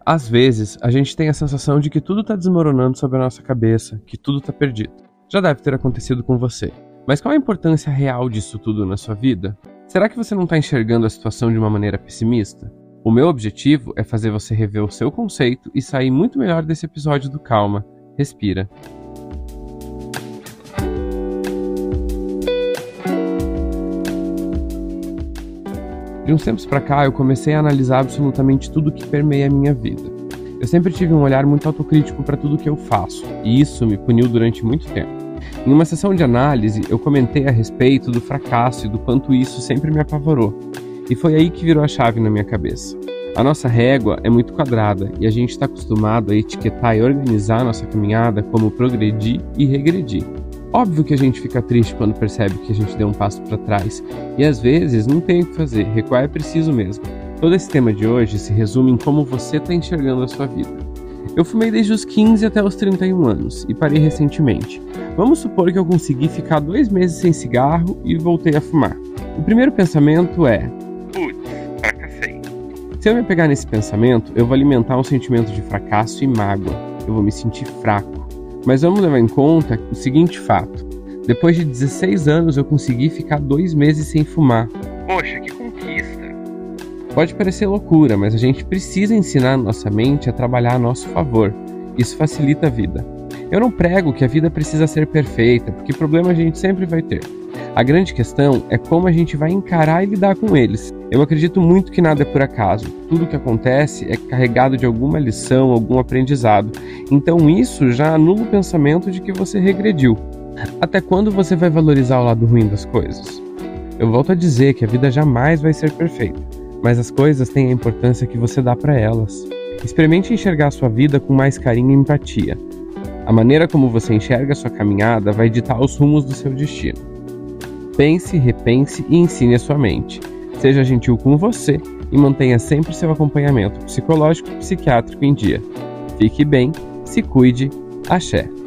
Às vezes, a gente tem a sensação de que tudo está desmoronando sobre a nossa cabeça, que tudo está perdido. Já deve ter acontecido com você. Mas qual a importância real disso tudo na sua vida? Será que você não está enxergando a situação de uma maneira pessimista? O meu objetivo é fazer você rever o seu conceito e sair muito melhor desse episódio do Calma. Respira. De uns tempos pra cá, eu comecei a analisar absolutamente tudo que permeia a minha vida. Eu sempre tive um olhar muito autocrítico para tudo que eu faço, e isso me puniu durante muito tempo. Em uma sessão de análise, eu comentei a respeito do fracasso e do quanto isso sempre me apavorou. E foi aí que virou a chave na minha cabeça. A nossa régua é muito quadrada, e a gente está acostumado a etiquetar e organizar a nossa caminhada como progredir e regredir. Óbvio que a gente fica triste quando percebe que a gente deu um passo para trás, e às vezes não tem o que fazer, recuar é preciso mesmo. Todo esse tema de hoje se resume em como você está enxergando a sua vida. Eu fumei desde os 15 até os 31 anos, e parei recentemente. Vamos supor que eu consegui ficar 2 meses sem cigarro e voltei a fumar. O primeiro pensamento é: putz, fracassei. Se eu me pegar nesse pensamento, eu vou alimentar um sentimento de fracasso e mágoa. Eu vou me sentir fraco. Mas vamos levar em conta o seguinte fato. Depois de 16 anos eu consegui ficar 2 meses sem fumar. Poxa, que conquista! Pode parecer loucura, mas a gente precisa ensinar a nossa mente a trabalhar a nosso favor. Isso facilita a vida. Eu não prego que a vida precisa ser perfeita, porque problema a gente sempre vai ter. A grande questão é como a gente vai encarar e lidar com eles. Eu acredito muito que nada é por acaso. Tudo que acontece é carregado de alguma lição, algum aprendizado. Então isso já anula o pensamento de que você regrediu. Até quando você vai valorizar o lado ruim das coisas? Eu volto a dizer que a vida jamais vai ser perfeita, mas as coisas têm a importância que você dá para elas. Experimente enxergar a sua vida com mais carinho e empatia. A maneira como você enxerga a sua caminhada vai ditar os rumos do seu destino. Pense, repense e ensine a sua mente. Seja gentil com você e mantenha sempre seu acompanhamento psicológico e psiquiátrico em dia. Fique bem, se cuide, axé.